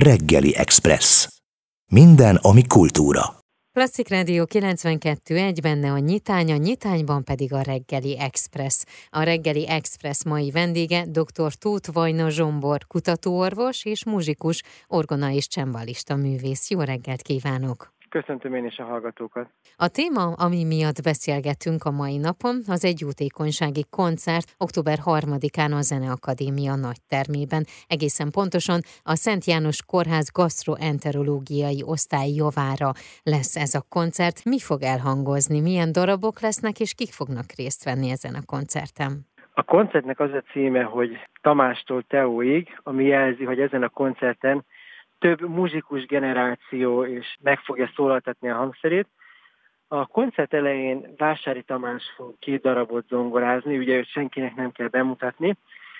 Reggeli Express. Minden, ami kultúra. Klasszik Rádió 92.1, benne a nyitányban pedig a Reggeli Express. A Reggeli Express mai vendége dr. Tóth Vajna Zsombor, kutatóorvos és muzsikus, orgona és csembalista művész. Jó reggelt kívánok! Köszöntöm én is a hallgatókat. A téma, ami miatt beszélgetünk a mai napon, az egy jótékonysági koncert október 3-án a Zeneakadémia nagytermében. Egészen pontosan a Szent János Kórház gasztroenterológiai osztály javára lesz ez a koncert. Mi fog elhangozni, milyen darabok lesznek, és kik fognak részt venni ezen a koncerten? A koncertnek az a címe, hogy Tamástól Teóig, ami jelzi, hogy ezen a koncerten több muzsikus generáció is meg fogja szólaltatni a hangszerét. A koncert elején Vásári Tamás fog 2 darabot zongorázni, ugye őt senkinek nem kell bemutatni,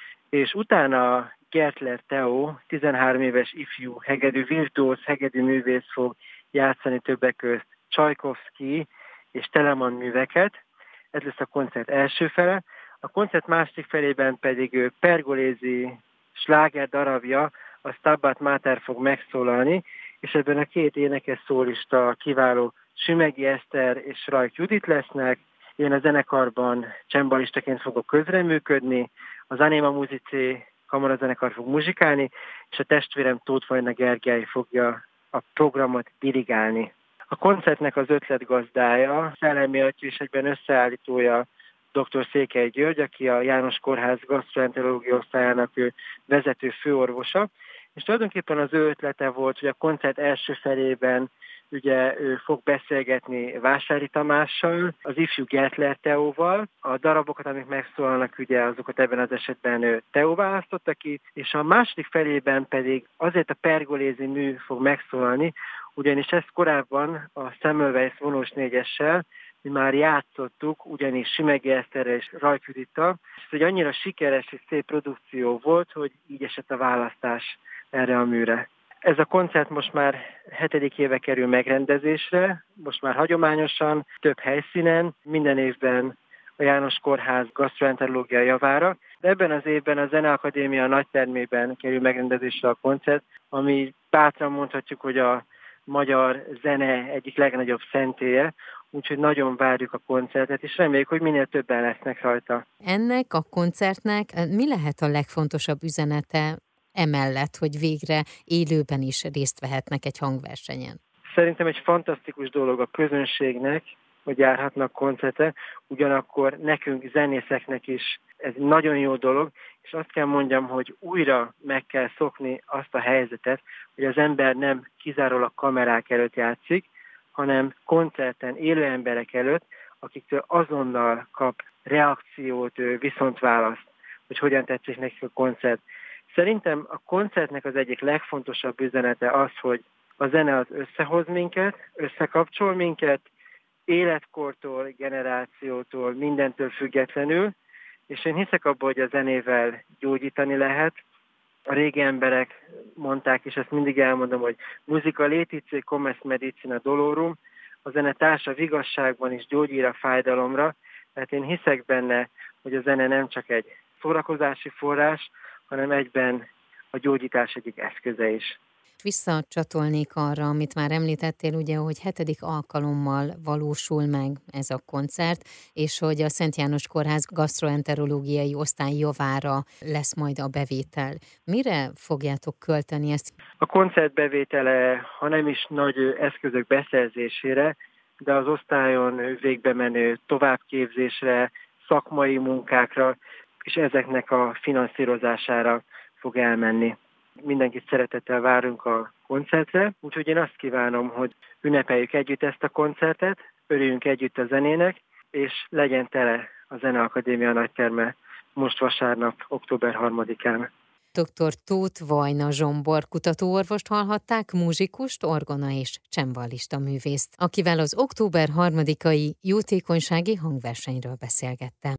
és utána Gertler Teó, 13 éves ifjú hegedű, virtuóz hegedű művész fog játszani többek közt Csajkovszky és Telemann műveket. Ez lesz a koncert első fele. A koncert második felében pedig Pergolesi sláger darabja, a Stabat Mater fog megszólalni, és ebben a 2 énekes szólista kiváló Sümeghy Eszter és Rajk Judit lesznek. Én a zenekarban cembalistaként fogok közreműködni, az Anima Musicae kamarazenekar fog muzsikálni, és a testvérem Tóth Vajna Gergely fogja a programot dirigálni. A koncertnek az ötletgazdája, szellemi atya és egyben összeállítója dr. Székely György, aki a János Kórház gasztroenterológiai osztályának vezető főorvosa, és tulajdonképpen az ő ötlete volt, hogy a koncert első felében ugye ő fog beszélgetni Vásári Tamással, az ifjú Gertler Teóval. A darabokat, amik megszólalnak, ugye azokat ebben az esetben Teó választotta ki, és a második felében pedig azért a Pergolesi mű fog megszólalni, ugyanis ezt korábban a Semmelweis vonós 4-essel mi már játszottuk, ugyanis Sümeghy Eszterrel és Rajk Judittal. Ez egy annyira sikeres és szép produkció volt, hogy így esett a választás erre a műre. Ez a koncert most már 7. éve kerül megrendezésre, most már hagyományosan, több helyszínen, minden évben a János Kórház gasztroenterológiai javára. De ebben az évben a Zeneakadémia nagytermében kerül megrendezésre a koncert, ami bátran mondhatjuk, hogy a magyar zene egyik legnagyobb szentélye, úgyhogy nagyon várjuk a koncertet, és reméljük, hogy minél többen lesznek rajta. Ennek a koncertnek mi lehet a legfontosabb üzenete emellett, hogy végre élőben is részt vehetnek egy hangversenyen? Szerintem egy fantasztikus dolog a közönségnek, hogy járhatnak koncertre, ugyanakkor nekünk zenészeknek is ez nagyon jó dolog, és azt kell mondjam, hogy újra meg kell szokni azt a helyzetet, hogy az ember nem kizárólag kamerák előtt játszik, hanem koncerten élő emberek előtt, akiktől azonnal kap reakciót, viszontválaszt, hogy hogyan tetszik nekik a koncert. Szerintem a koncertnek az egyik legfontosabb üzenete az, hogy a zene az összehoz minket, összekapcsol minket, életkortól, generációtól, mindentől függetlenül, és én hiszek abban, hogy a zenével gyógyítani lehet. A régi emberek mondták, és ezt mindig elmondom, hogy musica laetitia cum est medicina dolorum, a zene társa vigasságban is gyógyír a fájdalomra, tehát én hiszek benne, hogy a zene nem csak egy szórakozási forrás, hanem egyben a gyógyítás egyik eszköze is. Visszacsatolnék arra, amit már említettél, ugye, hogy 7. alkalommal valósul meg ez a koncert, és hogy a Szent János Kórház gasztroenterológiai osztály javára lesz majd a bevétel. Mire fogjátok költeni ezt? A koncert bevétele, ha nem is nagy eszközök beszerzésére, de az osztályon végbe menő továbbképzésre, szakmai munkákra, és ezeknek a finanszírozására fog elmenni. Mindenkit szeretettel várunk a koncertre, úgyhogy én azt kívánom, hogy ünnepeljük együtt ezt a koncertet, örüljünk együtt a zenének, és legyen tele a Zeneakadémia nagyterme most vasárnap, október 3-án. Dr. Tóth Vajna Zsombor kutatóorvost hallhatták, muzsikust, orgona és csembalista művészt, akivel az október 3-ai jótékonysági hangversenyről beszélgettem.